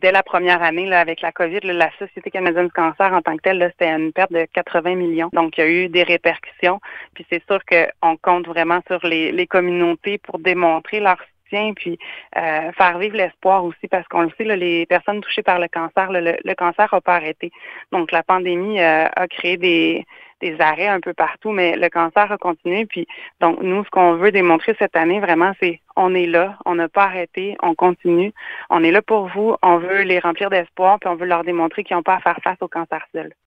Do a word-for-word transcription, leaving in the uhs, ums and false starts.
dès la première année, là, avec la COVID, là, la Société canadienne du cancer en tant que telle, là, c'était une perte de quatre-vingts millions. Donc, il y a eu des répercussions. Puis c'est sûr qu'on compte vraiment sur les, les communautés pour démontrer leur soutien, puis euh, faire vivre l'espoir aussi, parce qu'on le sait, là, les personnes touchées par le cancer, là, le, le cancer n'a pas arrêté. Donc, la pandémie euh, a créé des, des arrêts un peu partout, mais le cancer a continué. Puis, donc, nous, ce qu'on veut démontrer cette année, vraiment, c'est on est là, on n'a pas arrêté, on continue, on est là pour vous, on veut les remplir d'espoir, puis on veut leur démontrer qu'ils n'ont pas à faire face au cancer seul.